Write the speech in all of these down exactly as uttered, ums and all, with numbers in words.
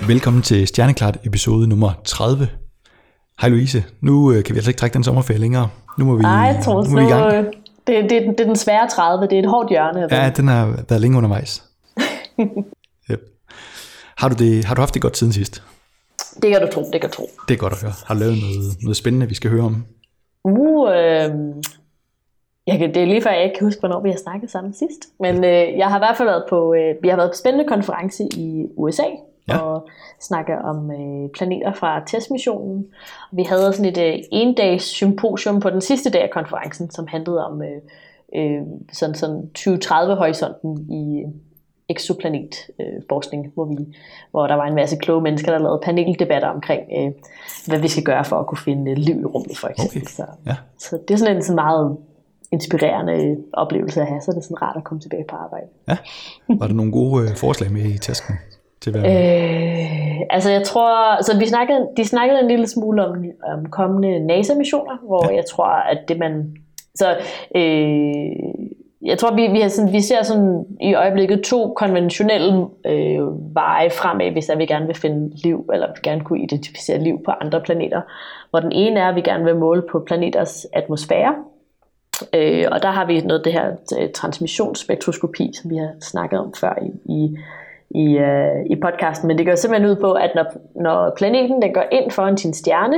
Velkommen til Stjerneklart episode nummer tredive. Hej Louise, nu øh, kan vi altså ikke trække den sommerferie længere. Nu må vi, Ej, Troels, nu må vi i gang. det, det, det er den svære tredive, det er et hårdt hjørne. Ja, den har været længe undervejs. Yep. Har, du det, har du haft det godt siden sidst? Det kan du tro, det kan du tro. Det er godt at høre. Har du lavet noget, noget spændende, vi skal høre om? Uh, øh, jeg kan, det er lige før, jeg ikke kan huske, hvornår vi har snakket sammen sidst. Men øh, jeg har i hvert fald været på, øh, vi har været på spændende konference i U S A. Ja. Og snakke om øh, planeter fra TESS-missionen. Vi havde sådan et øh, en-dags symposium på den sidste dag af konferencen, som handlede om øh, øh, sådan, sådan tyve tredive-horisonten i exoplanetforskning, øh, hvor, vi, hvor der var en masse kloge mennesker, der lavede paneldebatter omkring, øh, hvad vi skal gøre for at kunne finde liv i rummet, for eksempel. Okay. Så, ja. så det er sådan en sådan meget inspirerende oplevelse at have, så det er sådan rart at komme tilbage på arbejde. Ja. Var der nogle gode øh, forslag med i tasken? Øh, altså jeg tror, så vi snakkede, de snakkede en lille smule om, om kommende NASA-missioner, hvor ja. jeg tror, at det man, så øh, jeg tror, vi, vi, har sådan, vi ser sådan i øjeblikket to konventionelle øh, veje fremad, hvis vi gerne vil finde liv, eller vi gerne kunne identificere liv på andre planeter. Hvor den ene er, at vi gerne vil måle på planeters atmosfære, øh, og der har vi noget det her transmissionsspektroskopi, som vi har snakket om før i, i I, øh, i podcasten, men det går simpelthen ud på, at når, når planeten den går ind foran sin stjerne,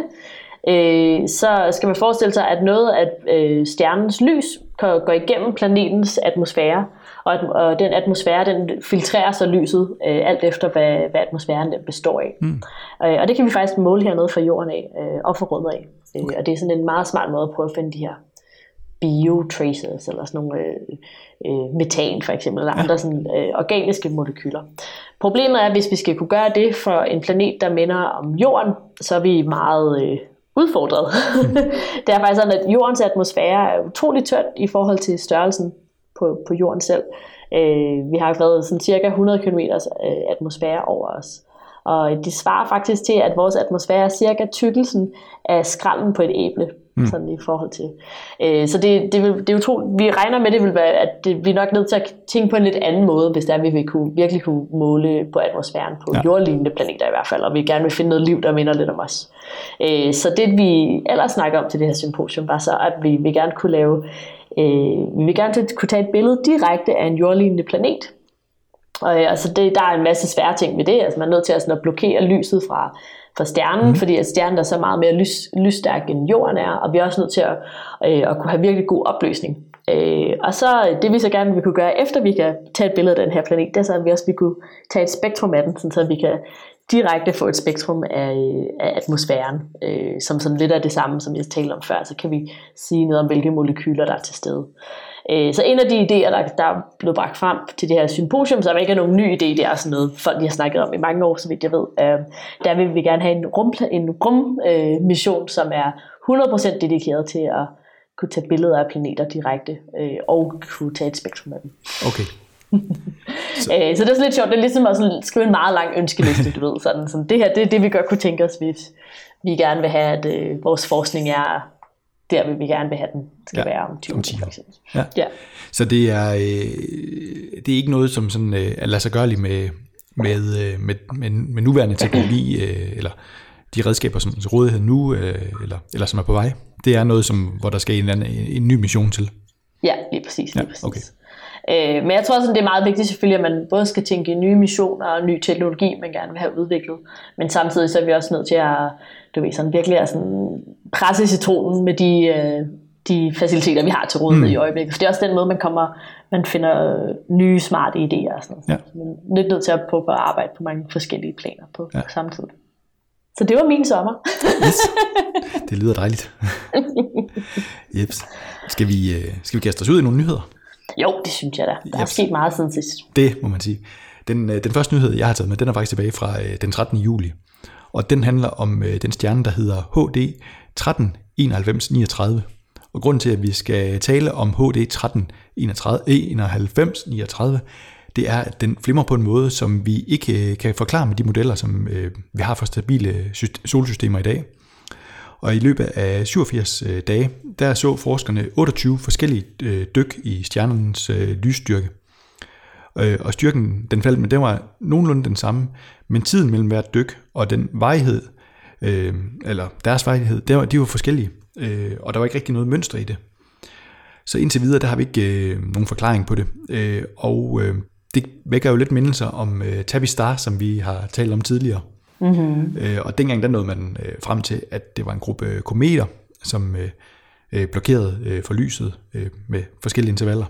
øh, så skal man forestille sig, at noget af øh, stjernens lys går igennem planetens atmosfære, og, at, og den atmosfære den filtrerer så lyset, øh, alt efter hvad, hvad atmosfæren den består af. Mm. Øh, og det kan vi faktisk måle hernede fra jorden af, øh, og fra rummet af. Okay. Øh, og det er sådan en meget smart måde at prøve at finde de her biotraces, eller sådan nogle øh, øh, metan for eksempel, eller ja. andre sådan, øh, organiske molekyler. Problemet er, at hvis vi skal kunne gøre det for en planet, der minder om jorden, så er vi meget øh, udfordret. Det er faktisk sådan, at jordens atmosfære er utrolig tynd i forhold til størrelsen på, på jorden selv. Øh, vi har været sådan cirka hundrede kilometer øh, atmosfære over os. Og det svarer faktisk til, at vores atmosfære er cirka tykkelsen af skralden på et æble. Mm. Sådan i forhold til. Øh, så det, det, vil, det er utroligt. Vi regner med, det vil være, at det, vi er nok nødt til at tænke på en lidt anden måde, hvis der vi vil kunne, virkelig kunne måle på atmosfæren på ja. jordlignende planeter i hvert fald, og vi gerne vil finde noget liv, der minder lidt om os. Øh, så det vi ellers snakker om til det her symposium, var så, at vi vil gerne kunne lave, øh, vi vil gerne kunne tage et billede direkte af en jordlignende planet. Og altså det, der er en masse svære ting ved det. Altså man er nødt til at, sådan, at blokere lyset fra fra stjernen, mm. fordi at stjernen er så meget mere lys, lysstærk end jorden er, og vi er også nødt til at, øh, at kunne have virkelig god opløsning. Øh, og så det vi så gerne vil kunne gøre, efter vi kan tage et billede af den her planet, det er så, at vi også vil kunne tage et spektrum af den, sådan så vi kan direkte få et spektrum af, af atmosfæren, øh, som sådan lidt af det samme, som jeg talte om før, så kan vi sige noget om, hvilke molekyler der er til stede. Så en af de idéer, der, der er blevet bragt frem til det her symposium, så er der ikke nogen ny idé, det er sådan noget, folk de har snakket om i mange år, så vidt jeg ved. Der vil vi gerne have en rummission, en rummission, som er hundrede procent dedikeret til at kunne tage billeder af planeter direkte, og kunne tage et spektrum af dem. Okay. Så. så det er sådan lidt sjovt, det er ligesom at sådan, skrive en meget lang ønskeliste, du ved. Sådan, sådan, det her det er det, vi godt kunne tænke os, hvis vi gerne vil have, at øh, vores forskning er der vil vi gerne vil have den skal ja, være om tyve år for eksempel. Ja. Ja. Så det er øh, det er ikke noget som sådan øh, er lade sig gøre med med med med, med nuværende teknologi øh, eller de redskaber som til rådighed nu øh, eller eller som er på vej. Det er noget som hvor der skal en anden en ny mission til. Ja, lige præcis, lige ja, præcis. Okay. Øh, men jeg tror sådan det er meget vigtigt selvfølgelig, at man både skal tænke i nye missioner og ny teknologi, man gerne vil have udviklet, men samtidig så er vi også nødt til at du ved, sådan virkelig at sådan presse citronen med de, øh, de faciliteter, vi har til rådighed mm. i øjeblikket. For det er også den måde, man kommer, man finder øh, nye, smarte idéer og sådan noget. Ja. Så man er lidt nødt til at prøve at arbejde på mange forskellige planer på ja. samme tid. Så det var min sommer. Yes. Det lyder dejligt. Jeps. Skal vi, skal vi kaste os ud i nogle nyheder? Jo, det synes jeg da. Der Jeps. er sket meget siden sidst. Det må man sige. Den, den første nyhed, jeg har taget med, den er faktisk tilbage fra den trettende juli. Og den handler om øh, den stjerne, der hedder H D tretten enoghalvfems niogtredive. Og grunden til, at vi skal tale om H D tretten enoghalvfems niogtredive, det er, at den flimrer på en måde, som vi ikke øh, kan forklare med de modeller, som øh, vi har for stabile solsystemer i dag. Og i løbet af syvogfirs øh, dage, der så forskerne otteogtyve forskellige øh, dyk i stjernens øh, lysstyrke. øh, og styrken den faldt, men den var nogenlunde den samme, men tiden mellem hvert dyk og den varighed, øh, eller deres varighed, det var, de var forskellige, øh, og der var ikke rigtig noget mønster i det. Så indtil videre, der har vi ikke øh, nogen forklaring på det, øh, og øh, det vækker jo lidt mindelser om øh, Tabby Star, som vi har talt om tidligere. Mm-hmm. Øh, og dengang der nåede man øh, frem til, at det var en gruppe øh, kometer, som øh, øh, blokerede øh, for lyset øh, med forskellige intervaller.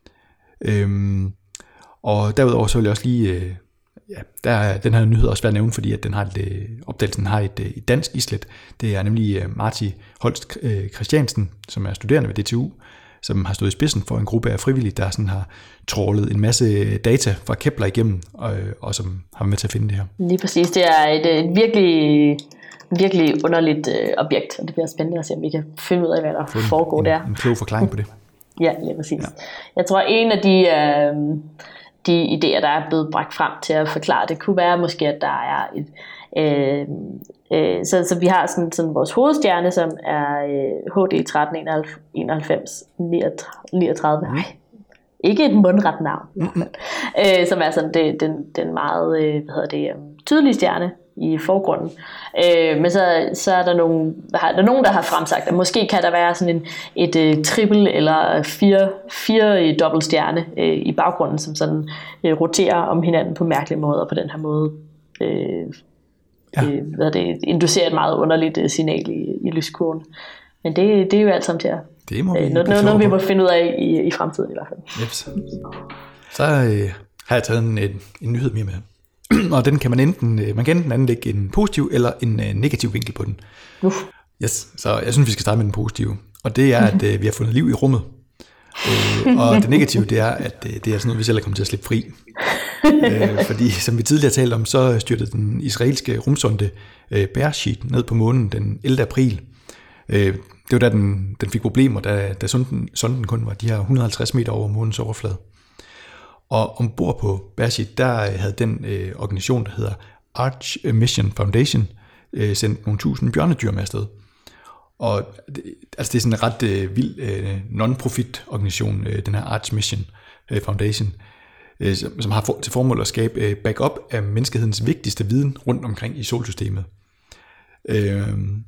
Øhm, og derudover så vil jeg også lige, øh, ja, der er den her nyhed også værd at nævne, fordi at den har et, øh, opdagelsen har et, øh, et dansk islet. Det er nemlig øh, Marty Holst øh, Christiansen, som er studerende ved D T U, som har stået i spidsen for en gruppe af frivillige, der sådan har trålet en masse data fra Kepler igennem, og, og som har været med til at finde det her. Lige præcis. Det er et, et virkelig, virkelig underligt øh, objekt, og det bliver spændende at se, om vi kan finde ud af, hvad der en, foregår en, der. En klog forklaring på det. Ja, lige præcis. Ja. Jeg tror, en af de, øh, de idéer, der er blevet bragt frem til at forklare det, kunne være måske, at der er et... Øh, øh, så, så vi har sådan, sådan vores hovedstjerne, som er øh, H D tretten enoghalvfems niogtredive. Nej, ikke et mundret navn. Mm-hmm. Øh, som er sådan det, den, den meget øh, hvad hedder det, tydelige stjerne i forgrunden. Øh, men så, så er der nogen, der, der nogen, der har fremsagt, at måske kan der være sådan en, et øh, triple eller fire, fire øh, dobbelt stjerne øh, i baggrunden, som sådan øh, roterer om hinanden på mærkelige måder, på den her måde øh, ja. øh, hvad det, inducerer et meget underligt øh, signal i, i lyskurven. Men det, det er jo alt sammen til at det må vi øh, noget, noget, vi må finde ud af i, i fremtiden i hvert fald. Yes. Så øh, har jeg taget en, en, en nyhed mere med. Og den kan man enten, man kan enten anlægge en positiv eller en uh, negativ vinkel på den. Uh. Yes, så jeg synes, vi skal starte med den positive. Og det er, at uh, vi har fundet liv i rummet. Uh, og det negative, det er, at uh, det er sådan noget, vi selv er kommet til at slippe fri. uh, fordi, som vi tidligere talte om, så styrtede den israelske rumsonde uh, Beresheet ned på månen den ellevte april. Uh, det var da den, den fik problemer, da, da sonden, sonden kun var de her et hundrede og halvtreds meter over månens overflade. Og ombord på Beresheet, der havde den øh, organisation, der hedder Arch Mission Foundation, øh, sendt nogle tusind bjørnedyr med afsted. Og det, altså det er sådan en ret øh, vild øh, non-profit organisation, øh, den her Arch Mission øh, Foundation, øh, som, som har for, til formål at skabe øh, backup af menneskehedens vigtigste viden rundt omkring i solsystemet. Øh,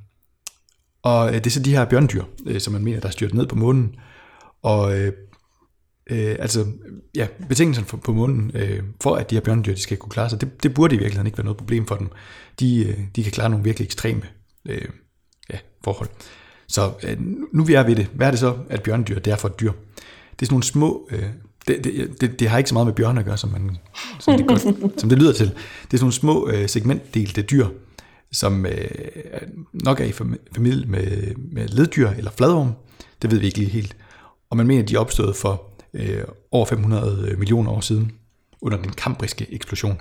og det er så de her bjørnedyr, øh, som man mener, der er styrtet ned på månen. Og øh, Øh, altså, ja, betingelserne for, på månen, øh, for at de her bjørnedyr, de skal kunne klare sig, det, det burde i virkeligheden ikke være noget problem for dem. De, øh, de kan klare nogle virkelig ekstreme øh, ja, forhold. Så øh, nu vi er ved det, hvad er det så, at bjørnedyr, det er for et dyr? Det er sådan nogle små, øh, det, det, det, det har ikke så meget med bjørne at gøre, som, man, som, det, godt, som det lyder til. Det er sådan nogle små øh, segmentdelte dyr, som øh, nok er i familie med, med leddyr eller fladorm. Det ved vi ikke lige helt. Og man mener, at de er opstået for øh, over fem hundrede millioner år siden, under den kambriske eksplosion.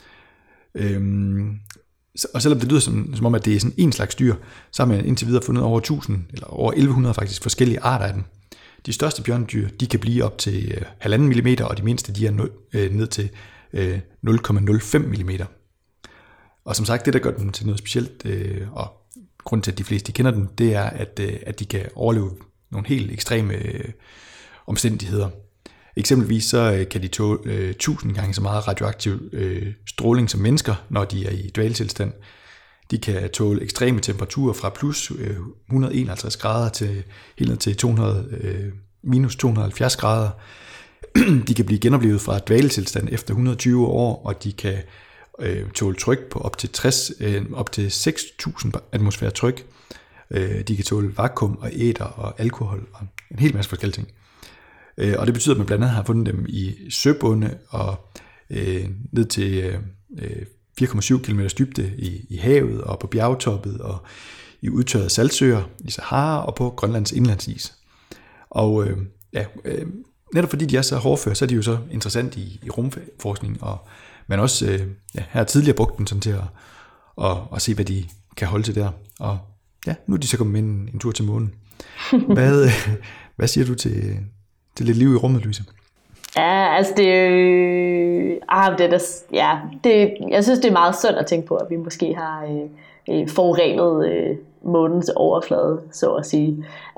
Øhm, og selvom det lyder som, som om, at det er sådan en slags dyr, så har man indtil videre fundet over tusind, eller over elleve hundrede faktisk, forskellige arter af dem. De største bjørnedyr, de kan blive op til øh, halvanden millimeter, og de mindste, de er nul, øh, ned til øh, nul komma nul fem millimeter. Og som sagt, det der gør dem til noget specielt, øh, og grunden til, at de fleste de kender dem, det er, at, øh, at de kan overleve nogle helt ekstreme øh, omstændigheder. Eksempelvis så øh, kan de tåle øh, tusind gange så meget radioaktiv øh, stråling som mennesker, når de er i dvaletilstand. De kan tåle ekstreme temperaturer fra plus øh, et hundrede og enoghalvtreds grader til helt ned til to hundrede, øh, minus to hundrede og halvfjerds grader. De kan blive genoplevet fra dvaletilstand efter et hundrede og tyve år, og de kan øh, tåle tryk på op til, tres, øh, op til seks tusind atmosfære tryk. De kan tåle vakuum og æter og alkohol og en hel masse forskellige ting. Og det betyder, at man blandt andet har fundet dem i søbunde og øh, ned til øh, fire komma syv kilometer dybde i, i havet og på bjergtoppet og i udtørrede saltsøer i Sahara og på Grønlands indlandsis. Og øh, ja, øh, netop fordi de er så hårdføre, så er de jo så interessant i, i rumforskning, og man også øh, ja, her tidligere brugt dem sådan til at, at, at se, hvad de kan holde til der. Og ja, nu er de så kommet med en, en tur til månen. Hvad, hvad siger du til, til lidt liv i rummet, Louise? Ja, altså det er jo... Ah, det er, ja, det, jeg synes, det er meget sundt at tænke på, at vi måske har øh, forurenet øh, månens overflade, så at sige.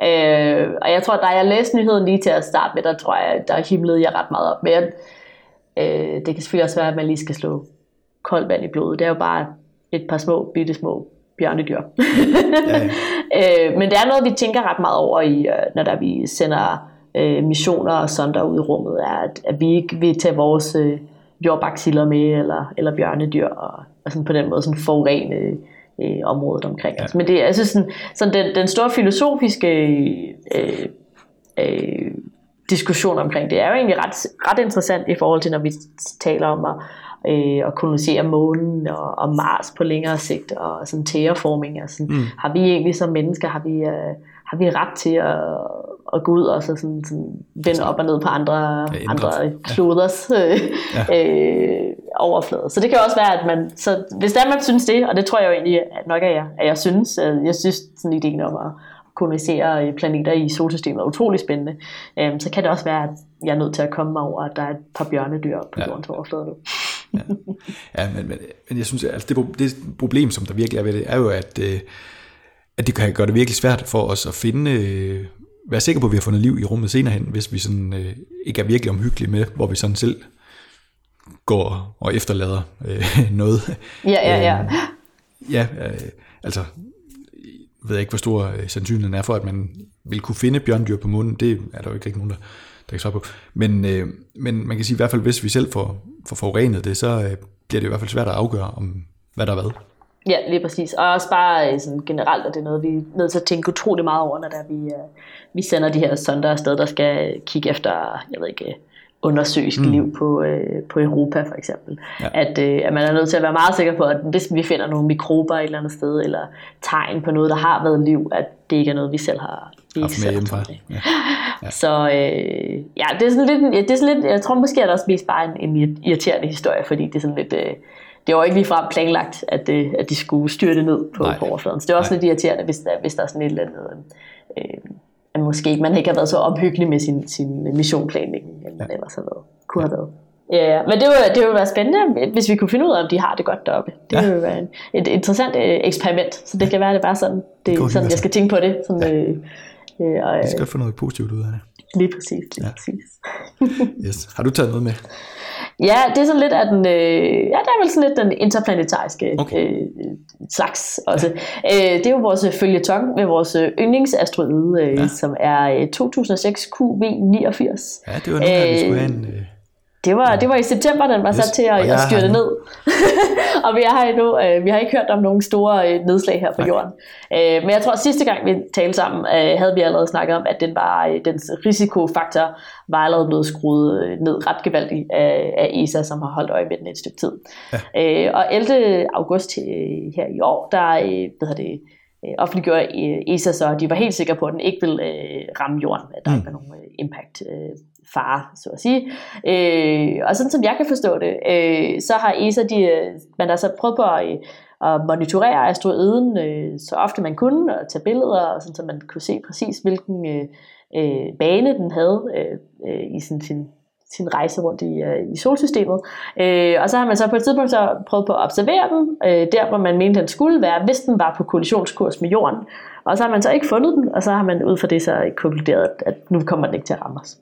Øh, og jeg tror, da jeg læste nyheden lige til at starte med, der tror jeg, der himlede jeg ret meget op. Men jeg, Øh, det kan selvfølgelig også være, at man lige skal slå koldt vand i blodet. Det er jo bare et par små, bitte små bjørnedyr. Ja, ja. øh, men det er noget, vi tænker ret meget over, i, når der vi sender øh, missioner og sonder ud i rummet, er, at, at vi ikke vil tage vores øh, jordbaciller med, eller, eller bjørnedyr, og, og sådan på den måde sådan forurene øh, området omkring os. Ja. Men det er altså sådan, sådan den, den store filosofiske øh, øh, diskussion omkring det er jo egentlig ret, ret interessant i forhold til, når vi taler om at, øh, at kolonisere månen og, og Mars på længere sigt, og sådan terraforming. Altså, mm. Har vi egentlig som mennesker, har vi, øh, har vi ret til at, at gå ud og så sådan, sådan vende op og ned på andre, ja, andre kloders øh, ja. øh, overflade. Så det kan også være, at man, så hvis der man synes det, og det tror jeg jo egentlig at nok er jeg, at jeg synes, at jeg synes sådan ideen om at kolonisere planeter i solsystemet er utrolig spændende, øhm, så kan det også være, at jeg er nødt til at komme mig over, at der er et par bjørnedyr på jordens overflade nu. ja, ja men, men, men jeg synes, at altså det, det problem, som der virkelig er ved det, er jo, at, øh, at det kan gøre det virkelig svært for os at finde, øh, være sikre på, at vi har fundet liv i rummet senere hen, hvis vi sådan, øh, ikke er virkelig omhyggelige med, hvor vi sådan selv går og efterlader øh, noget. Ja, ja, ja. Øh, ja, øh, altså... Jeg ved ikke, hvor stor sandsynligheden er for, at man vil kunne finde bjørndyr på månen. Det er der jo ikke rigtig nogen, der, der kan svare på. Men, øh, men man kan sige i hvert fald, hvis vi selv får, får forurenet det, så øh, bliver det i hvert fald svært at afgøre, om hvad der er hvad. Ja, lige præcis. Og også bare sådan generelt, at det er noget, vi er nødt til at tænke utrolig meget over, når der vi, øh, vi sender de her sonder afsted, der skal kigge efter, jeg ved ikke, undersøisk mm. liv på, øh, på Europa for eksempel. Ja. At, øh, at man er nødt til at være meget sikker på, at hvis vi finder nogle mikrober et eller andet sted, eller tegn på noget, der har været liv, at det ikke er noget, vi selv har haft med hjemmefra. Ja. Ja. Så øh, ja, det er sådan lidt, det er sådan lidt, jeg tror måske, at det også mest bare en, en irriterende historie, fordi det er sådan lidt, øh, det var ikke ligefrem planlagt, at, øh, at de skulle styrte ned på, på overfladen. Så det er også Nej. lidt irriterende, hvis der, hvis der er sådan et eller andet... Øh, at måske man ikke har været så omhyggelig med sin, sin missionplanlægning, end man ja. ellers har været, kunne have været. Ja, men det vil, det vil være spændende, hvis vi kunne finde ud af, om de har det godt deroppe. Det ja. vil være en, et interessant eksperiment, så det kan være, det bare sådan, det, det sådan jeg skal tænke på det. Sådan, ja. øh, øh, og, vi skal få noget positivt ud af det. Lige præcis, lige ja. præcis. Yes. Har du taget noget med? Ja, det er sådan lidt af den, øh, ja, det er vel sådan lidt den interplanetariske okay. øh, slags også. Ja. Øh, det er jo vores føljeton med vores yndlingsasteroide, øh, ja. som er to tusind og seks Q V niogfirs. Ja, det var noget, øh, vi skulle have en... Øh... Det var, det var i september, den var yes. sat til at, at styrte ned. Og vi er her endnu. Øh, vi har ikke hørt om nogle store øh, nedslag her på Nej. jorden. Øh, men jeg tror, at sidste gang vi talte sammen, øh, havde vi allerede snakket om, at den var, øh, dens risikofaktor var allerede blevet skruet øh, ned ret gevaldigt af, af E S A, som har holdt øje med den et stykke tid. Ja. Øh, og ellevte august øh, her i år, der øh, hvad det, øh, offentliggjorde øh, E S A så, de var helt sikre på, at den ikke ville øh, ramme jorden. At der mm. ikke var nogen øh, impact øh, fare, så at sige. Øh, og sådan som jeg kan forstå det, øh, så har E S A, de, man har så prøvet på at, at monitorere asteroiden øh, så ofte man kunne, og tage billeder, og sådan, så man kunne se præcis, hvilken øh, bane den havde øh, i sin, sin, sin rejse rundt i, øh, i solsystemet. Øh, og så har man så på et tidspunkt så prøvet på at observere den, øh, der hvor man mente, den skulle være, hvis den var på kollisionskurs med jorden. Og så har man så ikke fundet den, og så har man ud fra det så konkluderet, at nu kommer den ikke til at ramme os.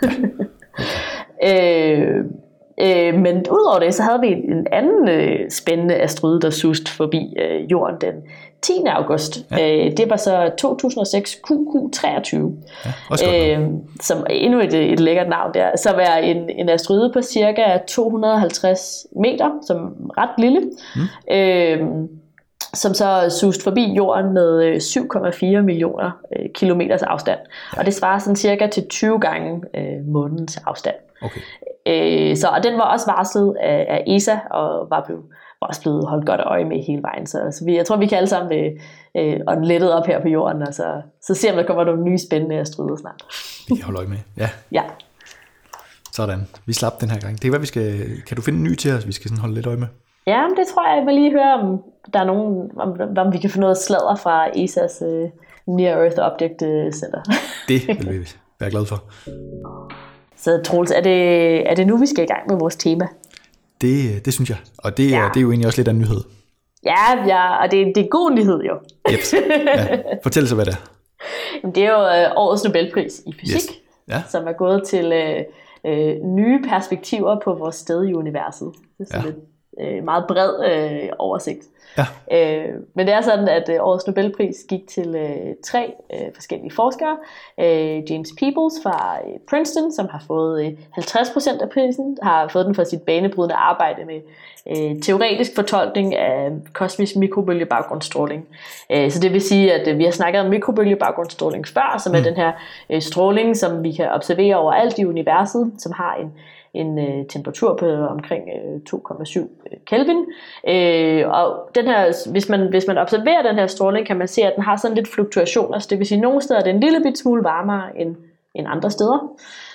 øh, øh, men udover det, så havde vi en anden øh, spændende asteroide, der suste forbi øh, jorden den tiende august. Ja. Øh, det var så to tusind og seks Q Q treogtyve, ja, øh, som endnu et, et lækkert navn der. Så var en, en asteroide på cirka to hundrede og halvtreds meter, som ret lille. Mm. Øh, som så suste forbi jorden med syv komma fire millioner øh, kilometers afstand. Ja. Og det svarer sådan cirka til tyve gange øh, månens afstand. Okay. Øh, så og den var også varslet af, af E S A, og var, blevet, var også blevet holdt godt øje med hele vejen. Så, så vi, jeg tror, vi kan alle sammen øh, øh, og lettet op her på jorden, og så, så ser vi, der kommer nogle nye spændende asteroider snart. Vi kan holde øje med, ja. Ja. Sådan, vi slap den her gang. Det er hvad vi skal, kan du finde en ny til os, vi skal sådan holde lidt øje med? Ja, det tror jeg, jeg vil lige høre, om der er nogen, om, om vi kan få noget sladder fra E S A's uh, Near Earth Object Center. Det vil vi være glade for. Så Troels, er det, er det nu, vi skal i gang med vores tema? Det, det synes jeg, og det, ja. det er jo egentlig også lidt af en nyhed. Ja, ja, og det, det er god nyhed jo. Yep. Ja. Fortæl så, hvad det er. Det er jo uh, årets Nobelpris i fysik, yes. ja. som er gået til uh, øh, nye perspektiver på vores sted i universet. Det er sådan ja. et øh, meget bred øh, oversigt. Ja. Øh, men det er sådan, at øh, årets Nobelpris gik til øh, tre øh, forskellige forskere. Øh, James Peebles fra øh, Princeton, som har fået øh, halvtreds procent af prisen, har fået den for sit banebrydende arbejde med øh, teoretisk fortolkning af kosmisk mikrobølgebaggrundsstråling. Øh, så det vil sige, at øh, vi har snakket om mikrobølgebaggrundsstråling før, som mm. er den her øh, stråling, som vi kan observere overalt i universet, som har en en øh, temperatur på omkring øh, to komma syv Kelvin. Øh, og den her, hvis man, hvis man observerer den her stråling, kan man se, at den har sådan lidt fluktuationer. Så det vil sige, at nogle steder er det en lille bit smule varmere end, end andre steder.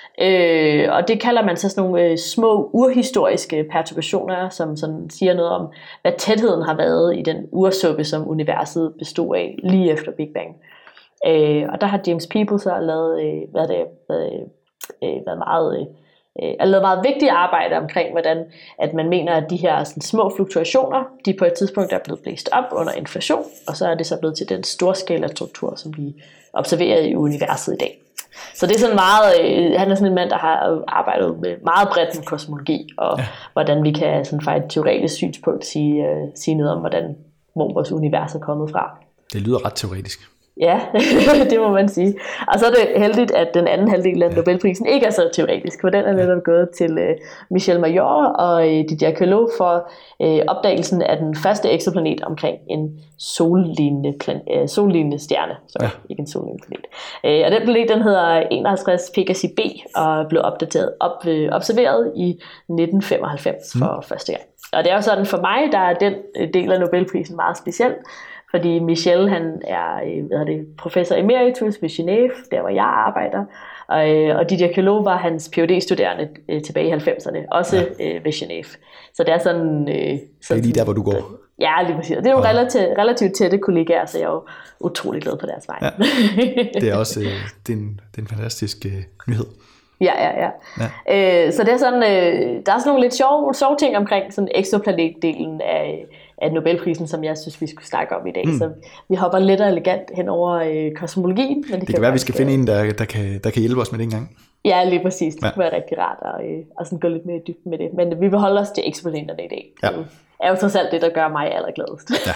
Øh, og det kalder man så sådan nogle øh, små urhistoriske perturbationer, som sådan siger noget om, hvad tætheden har været i den ursuppe, som universet bestod af lige efter Big Bang. Øh, og der har James Peebles så lavet, øh, hvad det, hvad, øh, været meget... Øh, er lavet meget vigtigt arbejde omkring, hvordan at man mener, at de her sådan, små fluktuationer, de på et tidspunkt er blevet blæst op under inflation, og så er det så blevet til den storskala struktur, som vi observerer i universet i dag. Så det er sådan meget, øh, han er sådan en mand, der har arbejdet med meget bredt med kosmologi, og ja. hvordan vi kan sådan fra et teoretisk synspunkt sige, øh, sige noget om, hvordan hvor vores univers er kommet fra. Det lyder ret teoretisk. Ja, det må man sige. Og så er det heldigt, at den anden halvdel af Nobelprisen ikke er så teoretisk, for den er netop gået til uh, Michel Mayor og uh, Didier Queloz for uh, opdagelsen af den første eksoplanet omkring en sollignende, plan- uh, sollignende stjerne. Sorry, ja. ikke en sollignende planet. Uh, og den planet, den hedder enoghalvtreds Pegasi b og blev opdateret, op, uh, observeret i nitten femoghalvfems mm. for første gang. Og det er jo sådan, for mig, der er den del af Nobelprisen meget speciel, fordi Michel, han er hvad er det, professor emeritus ved Genève, der hvor jeg arbejder, og, og Didier Queloz var hans P H D-studerende øh, tilbage i halvfemserne, også ja. øh, ved Genève. Så det er sådan... Øh, det er lige der, hvor du går. Ja, lige præcis. Det er jo ja. relativt, relativt tætte kollegaer, så jeg er jo utrolig glad på deres vej. Ja. Det er også øh, det er en, det er en fantastisk øh, nyhed. Ja, ja, ja. ja. Øh, så det er sådan, øh, der er sådan nogle lidt sjove, sjove ting omkring sådan exoplanet-delen af, af Nobelprisen, som jeg synes, vi skulle snakke om i dag. Mm. Så vi hopper lidt og elegant hen over øh, kosmologien. Men det, det kan være, at vi skal finde en, der, der, kan, der kan hjælpe os med det en gang. Ja, lige præcis. Det ja. kunne være rigtig rart at, øh, at sådan gå lidt mere dybt med det. Men vi vil holde os til exoplaneterne i dag. Ja. Det er jo trods alt det, der gør mig allergladest. Ja.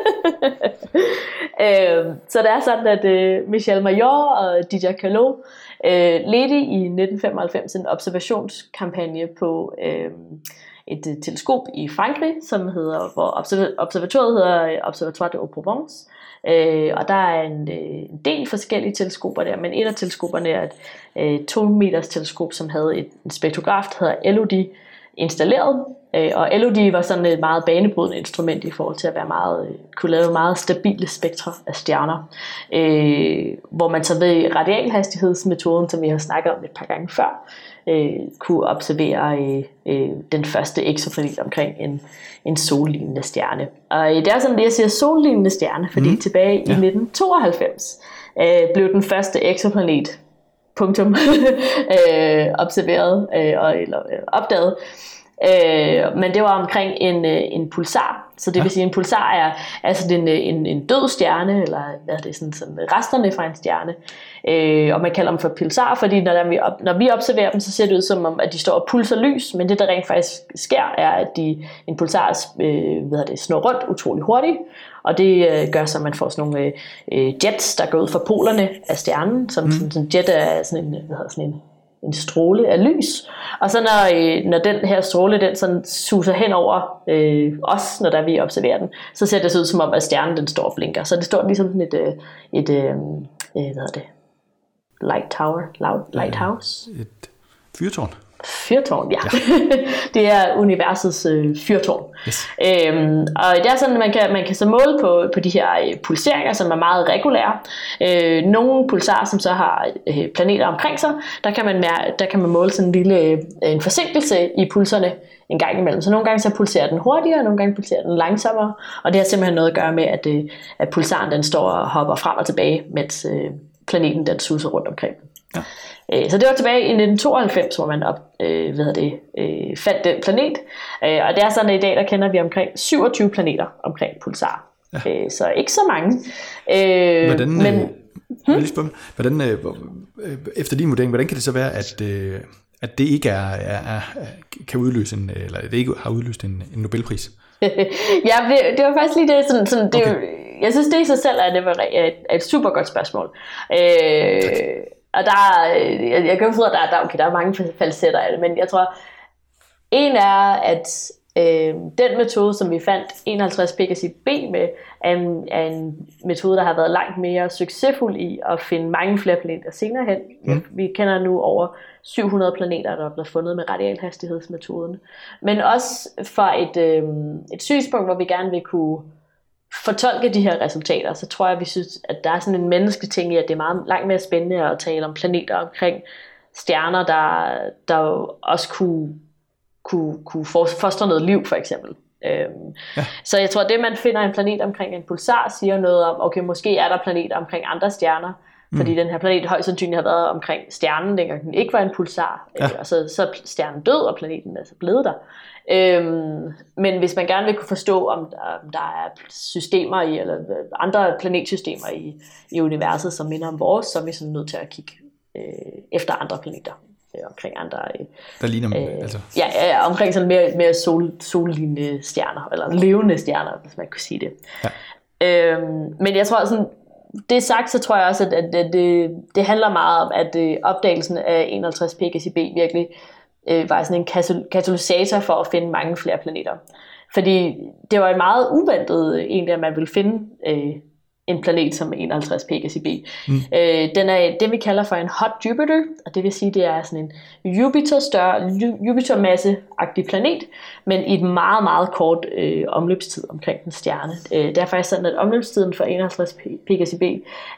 øh, så det er sådan, at øh, Michel Mayor og Didier Queloz øh, ledte i nitten femoghalvfems en observationskampagne på øh, et øh, teleskop i Frankrig, som hedder, hvor observ- observatoriet hedder Observatoire de Haute-Provence. Øh, og der er en, øh, en del forskellige teleskoper der, men et af teleskoperne er et øh, to meters teleskop, som havde et, en spektrograf, der hedder L O D I, installeret. Øh, og L O D I var sådan et meget banebrydende instrument i forhold til at være meget, kunne lave meget stabile spektre af stjerner. Øh, hvor man så ved radialhastighedsmetoden, som vi har snakket om et par gange før, øh, kunne observere øh, øh, den første exoplanet omkring en, en sollignende stjerne. Og det er sådan, at jeg siger sollignende stjerne, fordi mm. tilbage ja. i nitten tooghalvfems øh, blev den første exoplanet punktum øh, observeret øh, og, eller øh, opdaget. Øh, men det var omkring en, øh, en pulsar. Så det vil sige, en pulsar er altså en, en, en død stjerne, eller hvad er det, sådan, sådan resterne fra en stjerne. Øh, og man kalder dem for pulsar, fordi når, vi, op, når vi observerer dem, så ser det ud som om, at de står og pulser lys. Men det, der rent faktisk sker, er, at de, en pulsar øh, hvad er det, snor rundt utrolig hurtigt. Og det øh, gør så, at man får sådan nogle øh, jets, der går ud fra polerne af stjernen. Som, mm. sådan, sådan jet er sådan en, hvad hedder, sådan en en stråle af lys, og så når, øh, når den her stråle, den sådan suser hen over øh, os, når der vi observerer den, så ser det så ud som om, at stjernen den står og blinker. Så det står ligesom sådan et, øh, et øh, hvad hedder det, light tower, loud, lighthouse. Et fyrtårn. Fyrtårn, ja. ja. Det er universets øh, fyrtårn. Yes. Øhm, og det er sådan, at man kan, man kan så måle på, på de her øh, pulseringer, som er meget regulære. Øh, nogle pulsarer, som så har øh, planeter omkring sig, der kan man, mær- der kan man måle sådan en lille øh, en forsinkelse i pulserne en gang imellem. Så nogle gange så pulserer den hurtigere, og nogle gange pulserer den langsommere. Og det har simpelthen noget at gøre med, at, øh, at pulsaren den står og hopper frem og tilbage, mens øh, planeten den suser rundt omkring den. Ja. Så det var tilbage i nitten tooghalvfems, hvor man op, øh, hvad det, øh, fandt den planet. Øh, og det er sådan, at i dag der kender vi omkring syvogtyve planeter omkring pulsar. Ja. Øh, så ikke så mange. Øh, hvordan, men, øh, hmm? spørge, hvordan, øh, efter din vurdering, hvordan kan det så være, at, øh, at det ikke er, er, er, kan udløse en, eller det ikke har udløst en, en Nobelpris. Ja, det, det var faktisk lige det, sådan, sådan, det okay. Jeg synes det i sig selv er, det var et, et super godt spørgsmål. Øh, og der, jeg, jeg kan forstå, at der, der, okay, der er mange falsetter af det, men jeg tror, en er, at øh, den metode, som vi fandt enoghalvtreds P K C B med, er en, er en metode, der har været langt mere succesfuld i at finde mange flere planeter senere hen. Mm. Vi kender nu over syv hundrede planeter, der er blevet fundet med radialhastighedsmetoden. Men også fra et, øh, et synspunkt, hvor vi gerne vil kunne fortolke de her resultater, så tror jeg, vi synes, at der er sådan en menneskelig ting i, at det er meget langt mere spændende at tale om planeter omkring stjerner, der, der også kunne, kunne, kunne fostre noget liv, for eksempel. Øhm, ja. Så jeg tror, at det, man finder en planet omkring en pulsar, siger noget om, okay, måske er der planeter omkring andre stjerner, mm. fordi den her planet højst sandsynligt har været omkring stjernen, dengang den ikke var en pulsar, ja. og så, så er stjernen død, og planeten er så blevet der. Øhm, men hvis man gerne vil kunne forstå, om der, om der er systemer i, eller andre planetsystemer i, i universet, som minder om vores, så er vi sådan nødt til at kigge øh, efter andre planeter. Omkring andre øh, der ligner øh, altså ja, ja, omkring sådan mere, mere sol, sollignende stjerner, eller levende stjerner, hvis man kunne sige det. Ja. Øhm, men jeg tror sådan, det sagt, så tror jeg også, at, at det, det handler meget om, at øh, opdagelsen af enoghalvtreds P K C B virkelig øh, var sådan en katalysator for at finde mange flere planeter. Fordi det var meget uventet egentlig, at man ville finde øh, en planet som enoghalvtreds P K C B. Mm. Øh, den er det, vi kalder for en hot Jupiter, og det vil sige, det er sådan en Jupiter-større, Jupiter-masse-agtig planet, men i et meget, meget kort øh, omløbstid omkring den stjerne. Øh, det er faktisk sådan, at omløbstiden for enoghalvtreds P K C B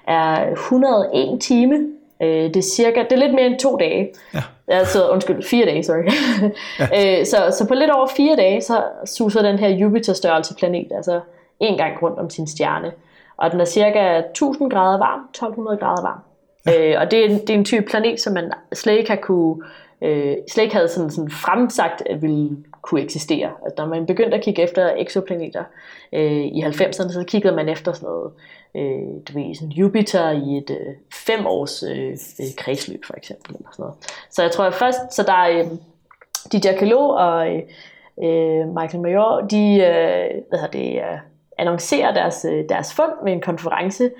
er et hundrede og en time. Øh, det er cirka, det er lidt mere end to dage. Ja. Altså, undskyld, fire dage, sorry. Ja. øh, så, så på lidt over fire dage, så suser den her Jupiter-størrelse planet, altså en gang rundt om sin stjerne. Og den er cirka tusind grader varm, tolv hundrede grader varm. Ja. Øh, og det er, det er en type planet, som man slet ikke, har kunne, øh, slet ikke havde sådan, sådan fremsagt, at ville kunne eksistere. Altså, når man begyndte at kigge efter eksoplaneter øh, i halvfemserne, så kiggede man efter sådan noget, øh, du ved, sådan Jupiter i et øh, fem års øh, kredsløb, for eksempel. Eller sådan noget. Så jeg tror først, så der er øh, D J Queloz og øh, Michael Major, de øh, hvad hedder det, øh, annoncerer deres, deres fund med en konference,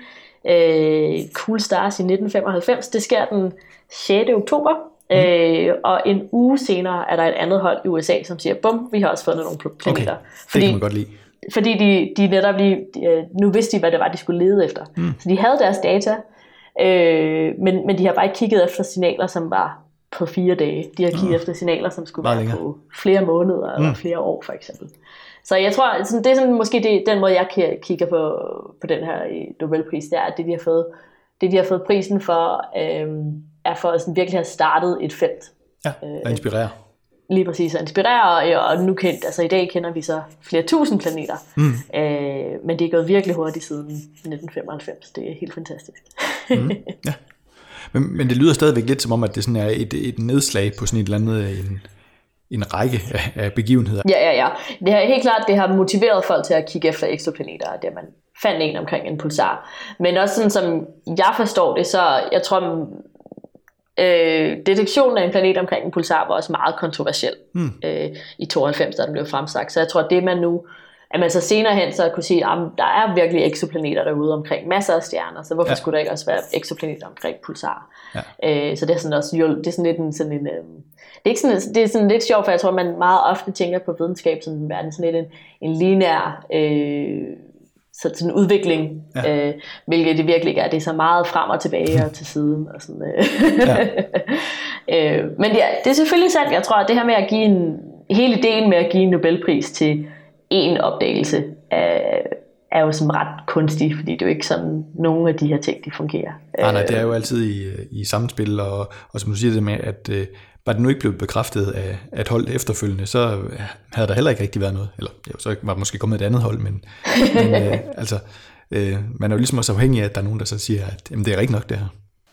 øh, Cool Stars i nitten femoghalvfems. Det sker den sjette oktober, mm. øh, og en uge senere er der et andet hold i U S A, som siger, bum, vi har også fundet nogle planeter. Okay. Fordi, det kan man godt lide. Fordi de, de netop lige, de, nu vidste de, hvad det var, de skulle lede efter. Mm. Så de havde deres data, øh, men, men de har bare ikke kigget efter signaler, som var på fire dage. De har kigget mm. efter signaler, som skulle være på flere måneder eller mm. flere år, for eksempel. Så jeg tror, sådan, det er sådan, måske det, den måde, jeg kigger på, på den her Nobelpris, det er, at det, de har fået, det, de har fået prisen for, øhm, er for at sådan, virkelig have startet et felt. Ja, og inspirere. Øh, lige præcis, at inspirere, og, og nu kendt, altså i dag kender vi så flere tusind planeter, mm. øh, men det er gået virkelig hurtigt siden nitten femoghalvfems. Det er helt fantastisk. mm. Ja. men, men det lyder stadigvæk lidt som om, at det sådan er et, et nedslag på sådan et eller andet... En en række af begivenheder. Ja, ja, ja. Det har helt klart, det har motiveret folk til at kigge efter eksoplaneter, det man fandt en omkring en pulsar. Men også sådan, som jeg forstår det, så jeg tror, øh, detektionen af en planet omkring en pulsar var også meget kontroversiel mm. øh, i tooghalvfems, da den blev fremsagt. Så jeg tror, det man nu, at man så senere hen så kunne sige, at der er virkelig eksoplaneter derude omkring masser af stjerner, så hvorfor ja. skulle der ikke også være eksoplaneter omkring pulsar? Ja. Øh, så det er sådan også, det er sådan lidt en sådan en øh, Det er, ikke sådan, det er sådan lidt sjovt, for jeg tror, man meget ofte tænker på videnskab som en verden, sådan lidt en, en lineær øh, så, sådan udvikling, ja. øh, hvilket det virkelig er. Det er så meget frem og tilbage og til siden. Og sådan, øh. ja. øh, men ja, det er selvfølgelig sandt. Jeg tror, at det her med at give en, hele ideen med at give en Nobelpris til en opdagelse er, er jo sådan ret kunstig, fordi det er jo ikke sådan, nogle af de her ting, de fungerer. Nej, nej, det er jo altid i, i samspil, og, og som du siger det med, at øh, var det nu ikke blevet bekræftet af, af et hold efterfølgende, så havde der heller ikke rigtig været noget. Eller jo, så var der måske kommet et andet hold, men, men øh, altså, øh, man er jo ligesom også afhængig af, at der er nogen, der så siger, at jamen, det er rigtigt nok det her.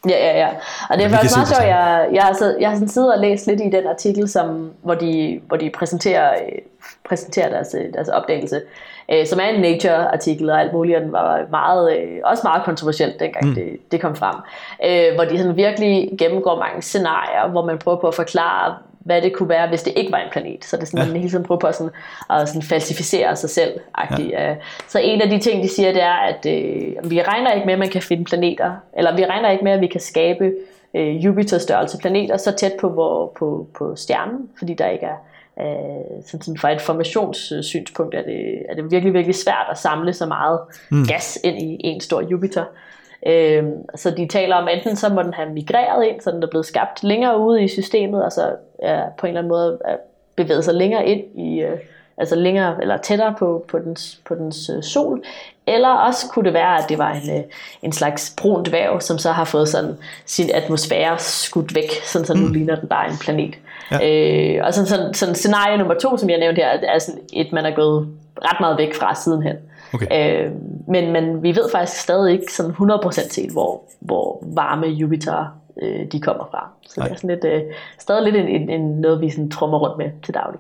Ja, ja, ja. Og det er faktisk meget sjovt, jeg, jeg har, så, jeg har sådan siddet og læst lidt i den artikel, som, hvor, de, hvor de præsenterer, præsenterer deres, deres opdagelse, øh, som er en Nature-artikel og alt muligt, og den var meget, øh, også meget kontroversielt, dengang mm. det, det kom frem. Øh, hvor de sådan virkelig gennemgår mange scenarier, hvor man prøver på at forklare, hvad det kunne være, hvis det ikke var en planet. Så det er sådan, ja. man hele tiden prøver på at, sådan, at sådan falsificere sig selv. Ja. Så en af de ting, de siger, det er, at øh, vi regner ikke med, at man kan finde planeter, eller vi regner ikke med, at vi kan skabe øh, Jupiter-størrelse planeter så tæt på, hvor, på, på stjernen, fordi der ikke er, øh, sådan, sådan fra et formationssynspunkt, er det, er det virkelig, virkelig svært at samle så meget mm. gas ind i en stor Jupiter. Øhm, så de taler om, enten så må den have migreret ind, så den er blevet skabt længere ude i systemet, altså ja, på en eller anden måde bevæget sig længere ind i, øh, altså længere eller tættere på, på dens, på dens øh, sol, eller også kunne det være, at det var en, øh, en slags brun dværg, som så har fået sådan sin atmosfære skudt væk, sådan så nu mm. ligner den bare en planet. Ja. Øh, og sådan, sådan, sådan scenarie nummer to, som jeg nævnte her, er sådan et, man er gået ret meget væk fra sidenhen. Okay. Øh, men, men vi ved faktisk stadig ikke sådan hundrede procent set, hvor, hvor varme Jupiter øh, de kommer fra. Så Nej. det er sådan lidt, øh, stadig lidt en, en, en, noget, vi sådan trommer rundt med til daglig.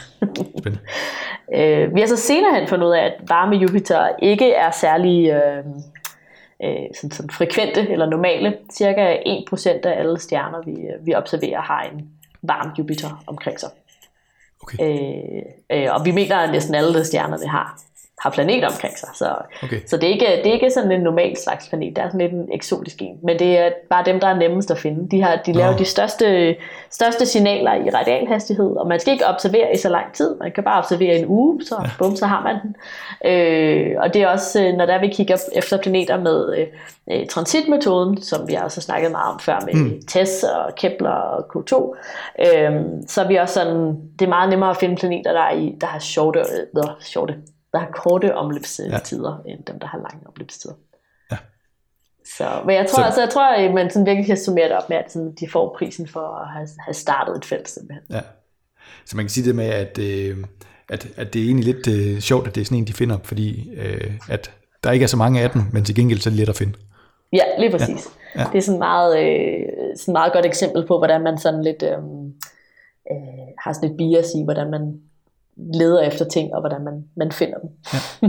Ja. øh, vi har så senere hen fundet ud af, at varme Jupiter ikke er særlig øh, øh, sådan, sådan frekvente eller normale. Cirka en procent af alle stjerner, vi, vi observerer, har en varm Jupiter omkring sig. Okay. Øh, øh, og vi mener, at næsten alle stjerner, vi har, har planeter omkring sig, så, okay. så det, er ikke, det er ikke sådan en normal slags planet, det er sådan lidt en eksotisk en, men det er bare dem, der er nemmest at finde. De, har, de laver oh. de største, største signaler i radialhastighed, og man skal ikke observere i så lang tid, man kan bare observere en uge, så ja. bum, så har man den. Øh, og det er også, når der vi kigger efter planeter med øh, transitmetoden, som vi har også snakket meget om før med mm. TESS og Kepler og K to, øh, så er vi også sådan, det er meget nemmere at finde planeter, der, er i, der har shorte, øh, shorte der har korte omløbstider, ja. end dem, der har lange omløbstider. Ja. Så, men jeg tror, så, altså, jeg tror, at man sådan virkelig kan summere det op med, at sådan, de får prisen for at have, have startet et felt. Simpelthen. Ja. Så man kan sige det med, at, øh, at, at det er egentlig lidt øh, sjovt, at det er sådan en, de finder, fordi øh, at der ikke er så mange af dem, men til gengæld så er det let at finde. Ja, lige præcis. Ja. Ja. Det er sådan meget, øh, sådan meget godt eksempel på, hvordan man sådan lidt øh, øh, har sådan et bias i, hvordan man leder efter ting, og hvordan man, man finder dem. Ja.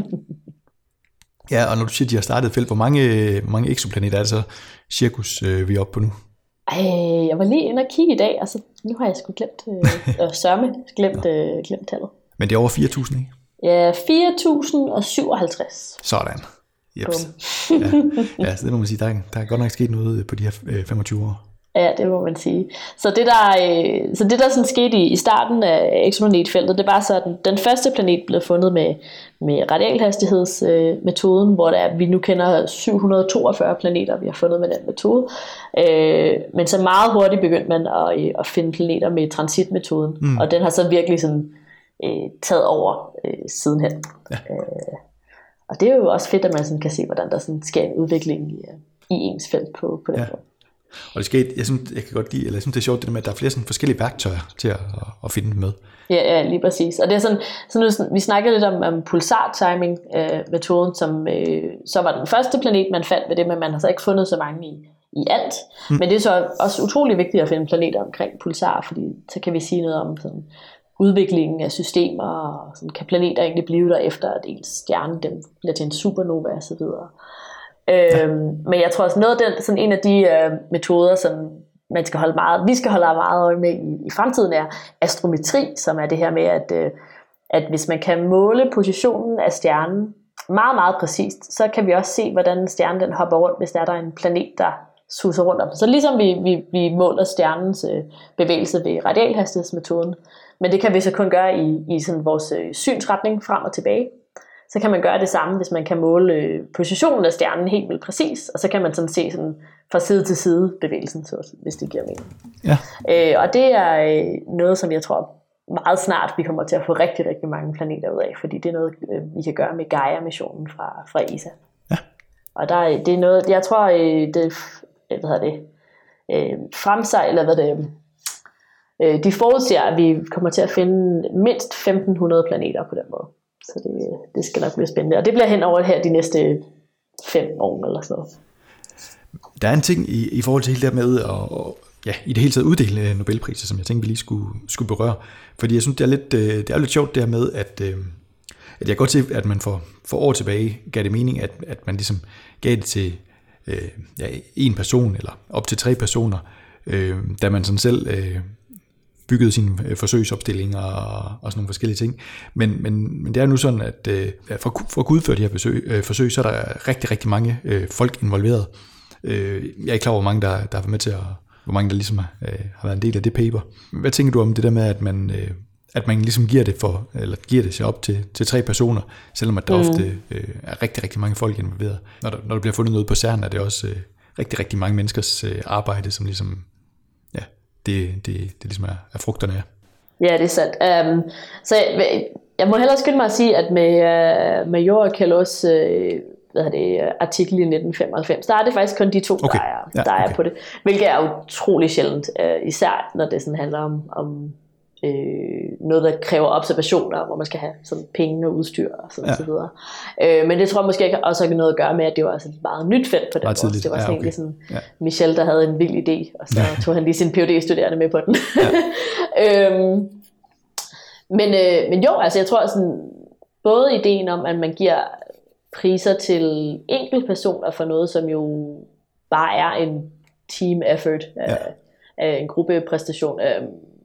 Ja, og når du siger, at de har startet et felt, hvor mange, hvor mange eksoplaneter er det så cirkus, øh, vi er oppe på nu? Ej, jeg var lige inde og kigge i dag, og så nu har jeg sgu glemt, øh, sørme, glemt, øh, glemt tallet. Men det er over fire tusind, ikke? Ja, fire tusind syvoghalvtreds. Sådan. Jeps. Ja. Ja, så det må man sige, der er, der er godt nok sket noget på de her øh, femogtyve år. Ja, det må man sige. Så det der, øh, så det der sådan skete i, i starten af eksoplanetfeltet, det var så, at den, den første planet blev fundet med, med radialhastighedsmetoden, øh, hvor der, vi nu kender syv hundrede og toogfyrre planeter, vi har fundet med den metode. Øh, men så meget hurtigt begyndte man at, at finde planeter med transitmetoden, mm. og den har så virkelig sådan, øh, taget over øh, sidenhen. Ja. Øh, og det er jo også fedt, at man sådan kan se, hvordan der sådan sker en udvikling i, i ens felt på, på den ja. måde. Og det skal, jeg synes, jeg kan godt lide, eller jeg synes, det er sjovt, det med, at der er flere sådan forskellige værktøjer til at, at, at finde dem med. Ja, ja, lige præcis. Og det er sådan, sådan vi snakkede lidt om, om pulsar-timing-metoden, øh, som øh, så var den første planet, man fandt ved det, men man har så ikke fundet så mange i, i alt. Mm. Men det er så også utrolig vigtigt at finde planeter omkring pulsar, fordi så kan vi sige noget om sådan, udviklingen af systemer, og sådan, kan planeter egentlig blive der efter, at ens stjerne den bliver til en supernova og så videre. Øhm, men jeg tror også noget af den, sådan en af de øh, metoder, som man skal holde meget, vi skal holde meget øje med i, i fremtiden, er astrometri, som er det her med, at, øh, at hvis man kan måle positionen af stjernen meget, meget præcist, så kan vi også se, hvordan stjernen den hopper rundt, hvis der er der en planet, der suser rundt om. Så ligesom vi, vi, vi måler stjernens øh, bevægelse ved radialhastighedsmetoden, men det kan vi så kun gøre i, i sådan vores øh, synsretning frem og tilbage. Så kan man gøre det samme, hvis man kan måle øh, positionen af stjernen helt vildt præcis, og så kan man sådan se sådan fra side til side bevægelsen, så, hvis det giver mening. Ja. Øh, og det er øh, noget, som jeg tror meget snart vi kommer til at få rigtig, rigtig mange planeter ud af, fordi det er noget, øh, vi kan gøre med Gaia-missionen fra, fra E S A. Ja. Og der, det er noget, jeg tror, øh, det, hvad hedder det, øh, fremsej, eller hvad det øh, de forudser, at vi kommer til at finde mindst femten hundrede planeter på den måde. Så det, det skal nok blive spændende. Og det bliver hen over her de næste fem år eller sådan noget. Der er en ting i, i forhold til hele det med at og, ja, i det hele taget uddele Nobelpriser, som jeg tænkte, vi lige skulle, skulle berøre. Fordi jeg synes, det er lidt, det er lidt sjovt det her med, at, at jeg kan godt se, at man for, for år tilbage gav det mening, at, at man ligesom gav det til øh, ja, en person eller op til tre personer, øh, da man sådan selv øh, byggede sine forsøgsopstillinger og, og sådan nogle forskellige ting. Men, men, men det er nu sådan, at øh, for, for at kunne udføre de her forsøg, øh, forsøg, så er der rigtig, rigtig mange øh, folk involveret. Øh, jeg er ikke klar over, hvor mange, der, der har været med til at, hvor mange, der ligesom har, øh, har været en del af det paper. Hvad tænker du om det der med, at man, øh, at man ligesom giver det, for, eller giver det sig op til, til tre personer, selvom at der mm. ofte øh, er rigtig, rigtig mange folk involveret? Når der, når der bliver fundet noget på CERN, er det også øh, rigtig, rigtig mange menneskers øh, arbejde, som ligesom, ja, det, det, det ligesom er, er frugterne af. Ja, det er sandt. Um, så jeg, jeg må hellere skynde mig at sige, at med, uh, med Joachim uh, hvad er det, artikel i nitten femoghalvfems, der er det faktisk kun de to, okay. der, er, ja, der okay. er på det, hvilket er utrolig sjældent, uh, især når det sådan handler om, om øh, noget, der kræver observationer, hvor man skal have sådan penge og udstyr og sådan, ja. så videre. Øh, men det tror jeg måske også har noget at gøre med, at det var altså et meget nyt felt på den måde. Det var sådan ja, okay. sådan ja. Michel, der havde en vild idé, og så ja. tog han lige sin P H D-studerende med på den. Ja. øhm, men, øh, men jo, altså jeg tror sådan, både ideen om, at man giver priser til enkeltpersoner for noget, som jo bare er en team effort, ja. øh, øh, en gruppepræstation, øh,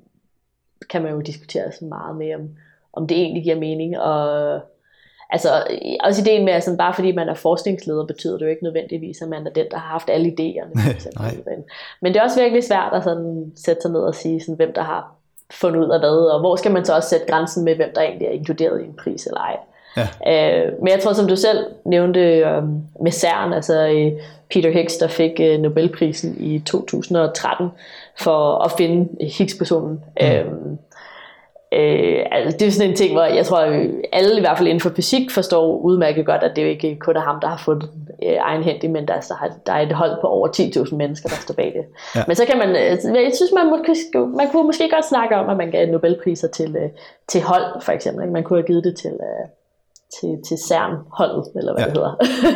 kan man jo diskutere så meget med, om, om det egentlig giver mening. Og altså, også ideen med, at sådan, bare fordi man er forskningsleder, betyder det jo ikke nødvendigvis, at man er den, der har haft alle idéerne. Men det er også virkelig svært at sådan, sætte sig ned og sige, sådan, hvem der har fundet ud af hvad, og hvor skal man så også sætte grænsen med, hvem der egentlig er inkluderet i en pris eller ej. Ja. Øh, men jeg tror, som du selv nævnte øh, med CERN, altså øh, Peter Higgs, der fik øh, Nobelprisen i to tusind og tretten for at finde Higgs-personen. Mm. Øh, øh, altså, det er sådan en ting, hvor jeg tror, at alle i hvert fald inden for fysik forstår udmærket godt, at det jo ikke kun er ham, der har fundet øh, egenhændigt, men der, der, har, der er et hold på over ti tusind mennesker, der står bag det. Ja. Men så kan man, jeg synes, man, måske, man kunne måske godt snakke om, at man gav Nobelpriser til, øh, til hold, for eksempel. Man kunne have givet det til... Øh, til, til CERN-holdet, eller hvad ja. det hedder.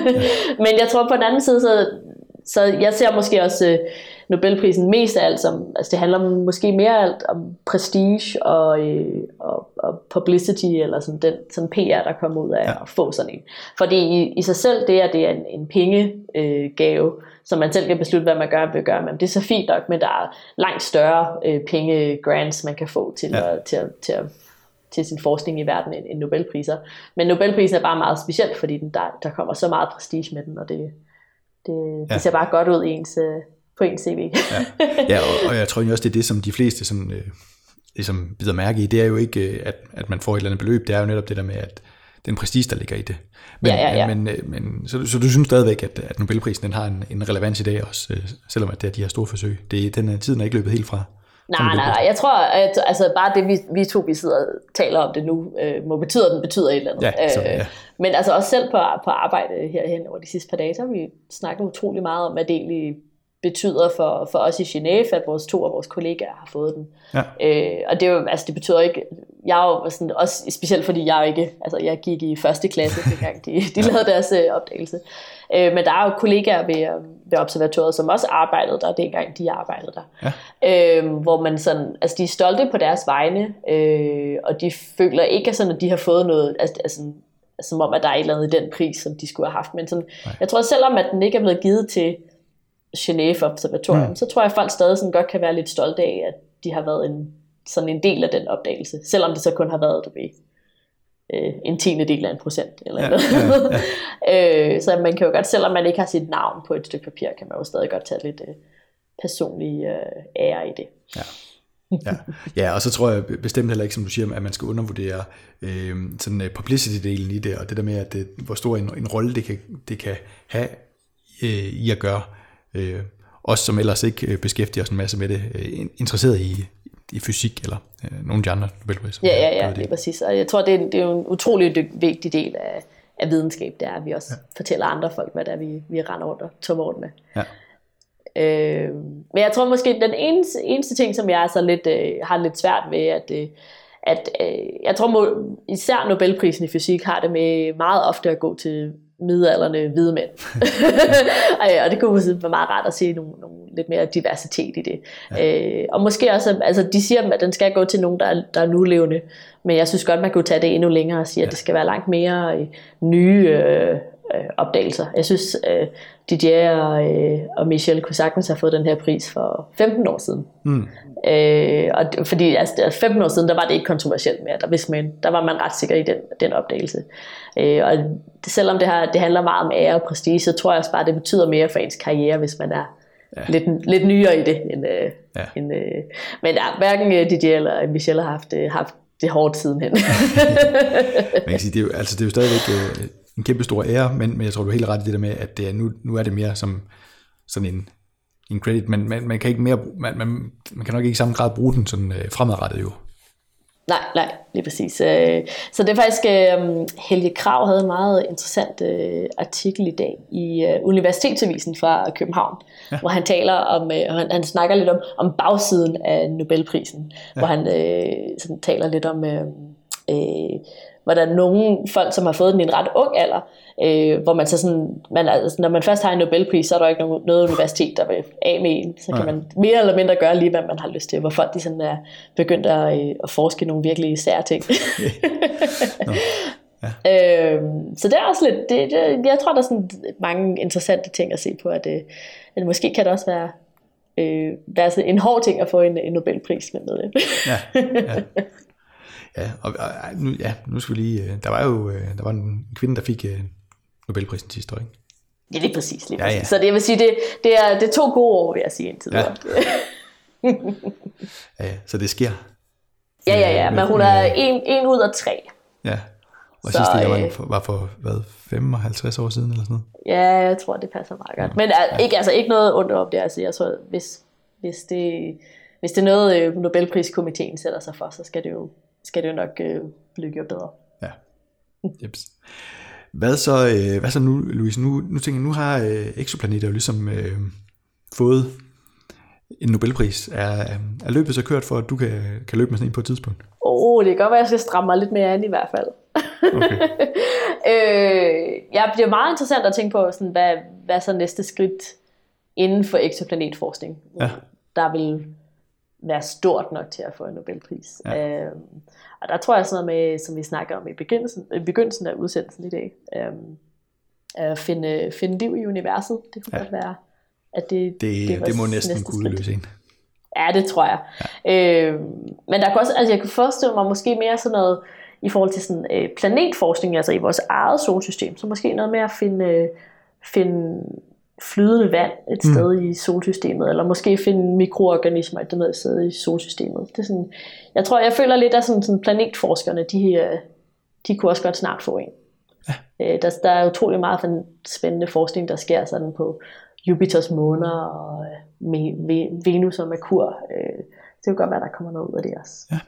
Men jeg tror på den anden side, så, så jeg ser måske også uh, Nobelprisen mest af alt som, altså det handler måske mere alt om prestige og, øh, og, og publicity, eller sådan den sådan P R, der kommer ud af ja. at få sådan en. Fordi i, i sig selv, det er, det er en, en pengegave, øh, som man selv kan beslutte, hvad man gør, vil gøre, men det er så fint nok, men der er langt større øh, pengegrants, man kan få til, ja. at, til, at, til at til sin forskning i verden end, end Nobelpriser. Men Nobelprisen er bare meget specielt, fordi den, der, der kommer så meget prestige med den, og det, det, ja. det ser bare godt ud i ens, på ens C V. ja, ja og, og jeg tror også, det er det, som de fleste sådan, øh, ligesom bider mærke i. Det er jo ikke, at, at man får et eller andet beløb. Det er jo netop det der med, at den prestige, der ligger i det. Men, ja, ja, ja. men, men så, så du synes stadigvæk, at, at Nobelprisen den har en, en relevans i dag også, øh, selvom at det er de her store forsøg. Det, den tiden er ikke løbet helt fra. Nej, nej, nej. Jeg tror, at altså, bare det, vi, vi to vi sidder og taler om det nu, øh, må betyde, at den betyder et eller andet. Ja, så, ja. øh, men altså også selv på, på arbejde herhen over de sidste par dage, så har vi snakket utrolig meget om, hvad det egentlig betyder for, for os i Genève, at vores to af vores kollegaer har fået den. Ja. Øh, og det, er jo, altså, det betyder ikke, jeg er jo sådan, også specielt fordi jeg ikke, altså jeg gik i første klasse, dengang de, de lavede deres øh, opdagelse. Øh, men der er jo kollegaer ved, ved observatoriet, som også arbejdede der, dengang de arbejdede der. Ja. Øh, hvor man sådan, altså de er stolte på deres vegne, øh, og de føler ikke sådan, at de har fået noget, altså, altså som om, at der er et eller andet i den pris, som de skulle have haft. Men sådan, jeg tror, selvom at den ikke er blevet givet til Genève Observatorium, mm. så tror jeg, at folk stadig sådan godt kan være lidt stolte af, at de har været en, sådan en del af den opdagelse, selvom det så kun har været, du ved, øh, en tiende del af en procent, eller ja, noget. Ja, ja. øh, så man kan jo godt, selvom man ikke har sit navn på et stykke papir, kan man jo stadig godt tage lidt øh, personlig øh, ære i det. Ja. Ja. ja, og så tror jeg bestemt heller ikke, som du siger, at man skal undervurdere øh, sådan uh, publicity-delen i det, og det der med, at det, hvor stor en, en rolle det kan, det kan have øh, i at gøre øh, os, som ellers ikke øh, beskæftiger os en masse med det, øh, interesseret i, i fysik eller øh, nogle af de andre Nobelpriser. Ja, ja, ja, det er præcis. Og jeg tror, det er, det er en utrolig vigtig del af, af videnskab, det er, at vi også ja. fortæller andre folk, hvad det er, vi, vi render rundt og tummer rundt med. Ja. Øh, men jeg tror måske, den eneste, eneste ting, som jeg er så lidt, øh, har lidt svært ved, at, øh, at øh, jeg tror må, især Nobelprisen i fysik har det med meget ofte at gå til midaldrende hvide mænd. Og det kunne være meget rart at se nogle, nogle lidt mere diversitet i det. Ja. Øh, og måske også, altså de siger, at den skal gå til nogen, der er, der er nulevende, men jeg synes godt, man kunne tage det endnu længere og sige, at ja. det skal være langt mere øh, nye øh, opdagelser. Jeg synes, øh, Didier og, øh, og Michel kunne sagtens have fået den her pris for femten år siden. Mm. Øh, og fordi altså, femten år siden, der var det ikke kontroversielt mere. Der, vidste man, der var man ret sikker i den, den opdagelse. Øh, og det, selvom det, her, det handler meget om ære og prestige, så tror jeg også bare, det betyder mere for ens karriere, hvis man er ja. lidt, lidt nyere i det. End, øh, ja. end, øh, men ja, hverken Didier eller Michel har haft, øh, haft det hårdt sidenhen. Man kan sige, det er jo, altså, det er jo stadigvæk øh, en kæmpe stor ære, men, men jeg tror, du er helt ret i det der med, at det er, nu, nu er det mere som sådan en en credit, men man, man kan ikke mere, man, man, man kan nok ikke i samme grad bruge den sådan øh, fremadrettet jo. Nej, nej, lige præcis. Så det er faktisk, øh, Helge Krag havde en meget interessant øh, artikel i dag i øh, Universitetsavisen fra København, ja. hvor han taler om, øh, han, han snakker lidt om, om bagsiden af Nobelprisen, ja. hvor han øh, sådan taler lidt om, øh, øh, hvordan nogle folk, som har fået den i en ret ung alder, øh, hvor man så sådan, man, altså, når man først har en Nobelpris, så er der ikke noget, noget universitet, der vil af med en. Så kan man mere eller mindre gøre lige, hvad man har lyst til. Hvor folk de sådan er begyndt at, øh, at forske nogle virkelig sære ting. no. ja. øh, så det er også lidt, det, det, jeg tror, der er sådan mange interessante ting at se på, at, øh, at måske kan det også være, øh, være sådan en hård ting at få en, en Nobelpris med det. ja, ja. Ja, og, og nu, ja, nu skal vi lige, der var jo der var en kvinde, der fik Nobelprisen sidste år, ikke? Ja, det er præcis. Lige ja, ja. præcis. Så det, jeg vil sige, det, det, er, det er to gode år, vil jeg sige indtil videre. Ja. ja, så det sker. Ja, ja, ja, men hun er en, en ud af tre. Ja, og så, sidste gang var for, var for, hvad, femoghalvtreds år siden eller sådan noget? Ja, jeg tror, det passer meget godt. Men ja. ikke, altså, ikke noget ondt om det, altså, jeg tror, hvis, hvis, det, hvis det er noget, Nobelpriskomiteen sætter sig for, så skal det jo skal det jo nok øh, blive gjort bedre. Ja. Jeps. Hvad så, øh, hvad så nu, Louise? Nu, nu tænker jeg, nu har øh, Exoplaneter jo ligesom øh, fået en Nobelpris. Er, er løbet så kørt for, at du kan, kan løbe med sådan en på et tidspunkt? Åh, oh, det kan godt være, at jeg skal stramme mig lidt mere an i hvert fald. Okay. øh, jeg bliver meget interessant at tænke på, sådan, hvad, hvad så næste skridt inden for exoplanetforskning. Ja. Der vil være stort nok til at få en Nobelpris. Ja. Øhm, og der tror jeg sådan noget med, som vi snakker om i begyndelsen, i begyndelsen af udsendelsen i dag, øhm, at finde, finde liv i universet. Det kunne ja. godt være, at det det, det, det må næsten kunne løse en. Ja, det tror jeg. Ja. Øhm, men der kan også, altså jeg kan forestille mig måske mere sådan noget i forhold til sådan øh, planetforskning, altså i vores eget solsystem, så måske noget med at finde, øh, finde flydende vand et sted mm. i solsystemet, eller måske finde mikroorganismer et andet sted i solsystemet. Det er sådan, jeg tror, jeg føler lidt, at sådan, sådan planetforskerne, de, de kunne også godt snart få en. Ja. Der, der er utrolig meget spændende forskning, der sker sådan på Jupiters måner og Venus og Merkur. Det kan godt være, der kommer noget ud af det også. Ja.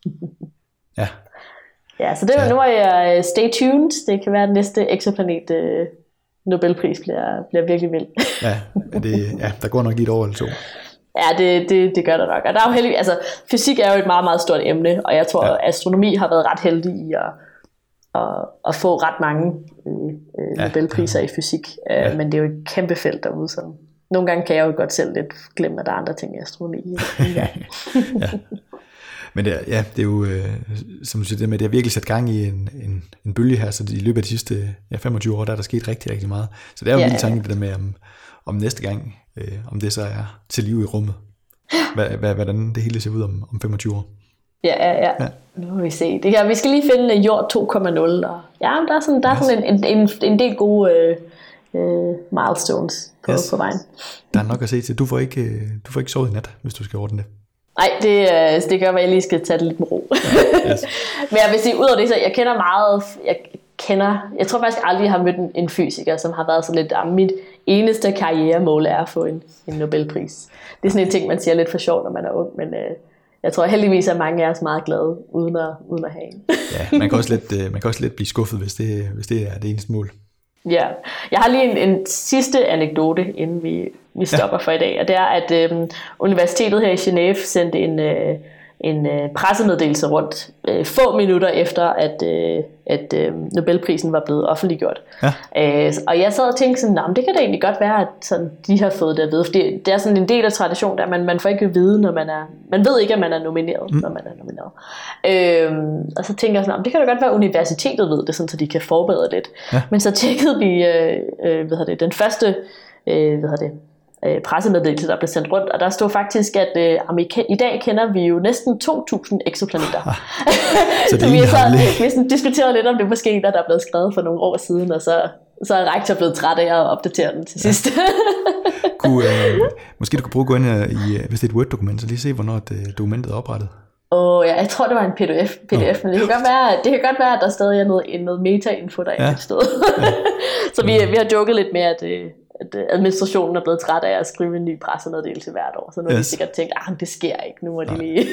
Ja. Ja, så det var ja. nu er jeg stay tuned. Det kan være, at næste exoplanet Nobelpris bliver, bliver virkelig vild. ja, det, ja, der går nok lidt over eller to. Ja, det, det, det gør der nok. Og der er jo heldig, altså, fysik er jo et meget, meget stort emne, og jeg tror, ja. at astronomi har været ret heldig i at, at, at få ret mange øh, ja, Nobelpriser ja. i fysik. Ja. Men det er jo et kæmpe felt derude, så nogle gange kan jeg jo godt selv lidt glemme, at der er andre ting i astronomi. ja. ja. Men det er, ja, det er jo, øh, som du siger, det med, det har virkelig sat gang i en, en, en bølge her, så i løbet af de sidste ja, femogtyve år, der er der sket rigtig, rigtig meget. Så det er jo ja, en lille tanke, det der med, om, om næste gang, øh, om det så er til liv i rummet. Hvad, hvad, hvordan det hele ser ud om, om femogtyve år. Ja, ja, ja, ja. Nu må vi se. Det her, vi skal lige finde Jord to komma nul, og ja, der er sådan, der er sådan en, en, en del gode øh, øh, milestones på, yes. på vejen. Der er nok at se til. Du får ikke, du får ikke sovet i nat, hvis du skal ordne det. Nej, det, det gør, at jeg lige skal tage det lidt med ro. Ja, yes. Men jeg vil sige, ud af det, så jeg kender meget, jeg kender, jeg tror faktisk aldrig, jeg har mødt en, en fysiker, som har været så lidt, at mit eneste karrieremål er at få en, en Nobelpris. Det er sådan en ting, man siger lidt for sjovt, når man er ung, men øh, jeg tror heldigvis, at mange af os er meget glade, uden at, uden at have en. Ja, man kan også lidt, man kan også lidt blive skuffet, hvis det, hvis det er det eneste mål. Ja, jeg har lige en, en sidste anekdote, inden vi, vi stopper ja. for i dag, og det er, at øh, universitetet her i Genève sendte en, øh, en øh, pressemeddelelse rundt øh, få minutter efter, at, øh, at øh, Nobelprisen var blevet offentliggjort. Ja. Øh, og jeg sad og tænkte sådan, nah, det kan da egentlig godt være, at sådan, de har fået det at vide. Fordi det er sådan en del af traditionen, at man, man får ikke at vide, når man er... Man ved ikke, at man er nomineret, mm. når man er nomineret. Øh, og så tænker jeg sådan, nah, det kan da godt være, at universitetet ved det, sådan, så de kan forberede lidt. Ja. Men så tjekkede vi øh, øh, hvad det, den første... Øh, hvad det, pressemeddelelse, der blev sendt rundt, og der stod faktisk, at øh, Amerika- i dag kender vi jo næsten to tusind eksoplaneter. Så, så vi har så, vi sådan diskuteret lidt om det måske, der er blevet skrevet for nogle år siden, og så, så er rektor blevet træt af at opdatere den til ja. sidst. kunne, øh, måske du kunne prøve at gå ind i, hvis det er et Word-dokument, så lige se, hvornår det, dokumentet er oprettet. Åh oh, ja, jeg tror, det var en P D F, P D F oh. men det kan, godt være, det kan godt være, at der stadig er noget, noget meta-info, der er ja. et sted. Ja. Så vi, vi har joket lidt med, at at administrationen er blevet træt af at skrive en ny pressemeddelelse hvert år, så nu har yes. de sikkert tænkt, ah, det sker ikke, nu må de lige...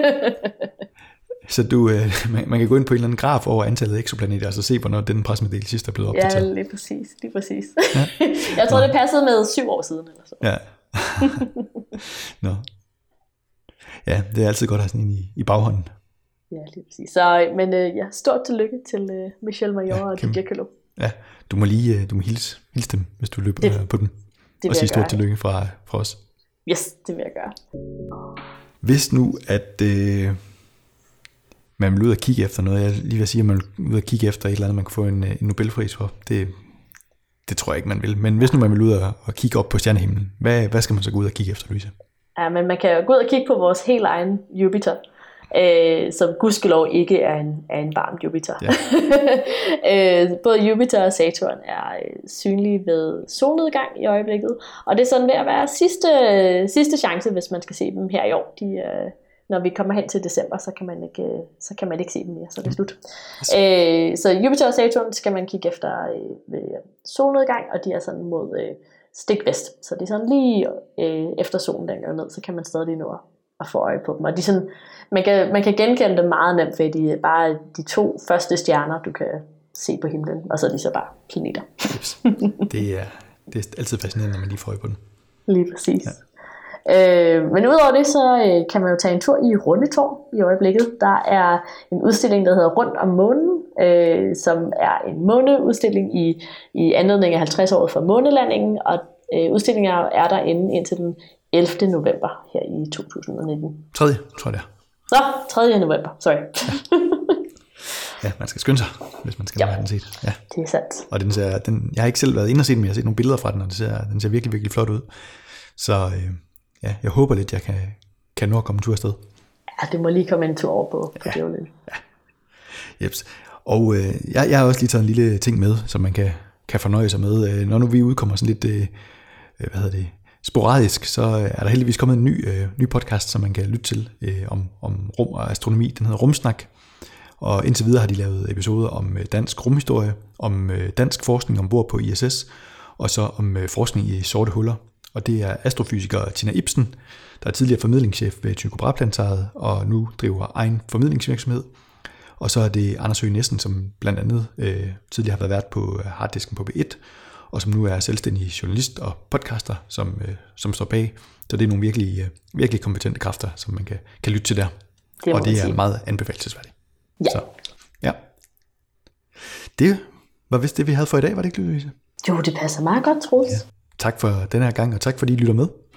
Så du, øh, man, man kan gå ind på en eller anden graf over antallet af eksoplaneter, og så se, hvornår den pressemeddelelse sidst er blevet opdateret. Ja, lige præcis, lige præcis. Ja. Jeg tror, Nå. det passede med syv år siden, eller så. Ja. Nå. Ja, det er altid godt at have sådan en i, i baghånden. Ja, lige præcis. Så, men øh, ja, stort tillykke til øh, Michelle Major ja, og Didier Queloz. Ja, du må lige du må hilse, hilse dem, hvis du løber det, på dem. Og sige stort tillykke fra, fra os. Yes, det vil jeg gøre. Hvis nu, at øh, man vil ud og kigge efter noget, jeg lige vil sige, at man vil ud og kigge efter et eller andet, man kan få en, en Nobelpris for, det, det tror jeg ikke, man vil. Men hvis nu man vil ud og, og kigge op på stjernehimlen, hvad, hvad skal man så gå ud og kigge efter, Louise? Ja, men man kan gå ud og kigge på vores helt egen Jupiter. Øh, som gudskelov ikke er en, er en varm Jupiter. Ja. øh, både Jupiter og Saturn er øh, synlige ved solnedgang i øjeblikket, og det er sådan ved at være sidste, sidste chance, hvis man skal se dem her i år. De, øh, når vi kommer hen til december, så kan man ikke, så kan man ikke se dem mere, så er det slut. Yes. Øh, så Jupiter og Saturn skal man kigge efter øh, ved solnedgang, og de er sådan mod øh, stik vest, så det er sådan lige øh, efter solen den går ned, så kan man stadig nå at få øje på dem. Og de sådan, man, kan, man kan genkende dem meget nemt, fordi de er bare de to første stjerner, du kan se på himlen, og så er de så bare planeter. Yes. Det, er, det er altid fascinerende, når man lige får øje på den. Lige præcis. Ja. Øh, men udover det, så øh, kan man jo tage en tur i Rundetårn i øjeblikket. Der er en udstilling, der hedder Rundt om månen, øh, som er en måneudstilling i, i anledning af halvtreds-året for månelandingen, og øh, udstillingen er derinde indtil den ellevte november her i to tusind nitten. tredje, tror jeg det er. Nå, tredje november, sorry. Ja, man skal skynde sig, hvis man skal ja. have den set. Ja, det er sandt. Og den ser, den, jeg har ikke selv været inde og set den, men jeg har set nogle billeder fra den, og det ser, den ser virkelig, virkelig flot ud. Så øh, ja, jeg håber lidt, jeg kan, kan nå at komme en tur afsted. Ja, det må lige komme en tur over på, på ja. djævlen. Ja, jeps. Og øh, jeg, jeg har også lige taget en lille ting med, som man kan, kan fornøje sig med. Øh, når nu vi udkommer sådan lidt, øh, hvad hedder det, sporadisk, så er der heldigvis kommet en ny, øh, ny podcast, som man kan lytte til øh, om, om rum og astronomi. Den hedder Rumsnak. Og indtil videre har de lavet episoder om øh, dansk rumhistorie, om øh, dansk forskning ombord på I S S, og så om øh, forskning i sorte huller. Og det er astrofysiker Tina Ibsen, der er tidligere formidlingschef ved Tycho Brahe-planetariet, og nu driver egen formidlingsvirksomhed. Og så er det Anders Høgh Nissen, som blandt andet øh, tidligere har været vært på Harddisken på B et, og som nu er selvstændig journalist og podcaster, som, øh, som står bag. Så det er nogle virkelig, øh, virkelig kompetente kræfter, som man kan, kan lytte til der. Det og det er sige. meget anbefalelsesværdigt. Ja. Så, ja. Det var vist det, vi havde for i dag, var det ikke, Louise? Jo, det passer meget godt, Troels. Ja. Tak for den her gang, og tak fordi I lytter med.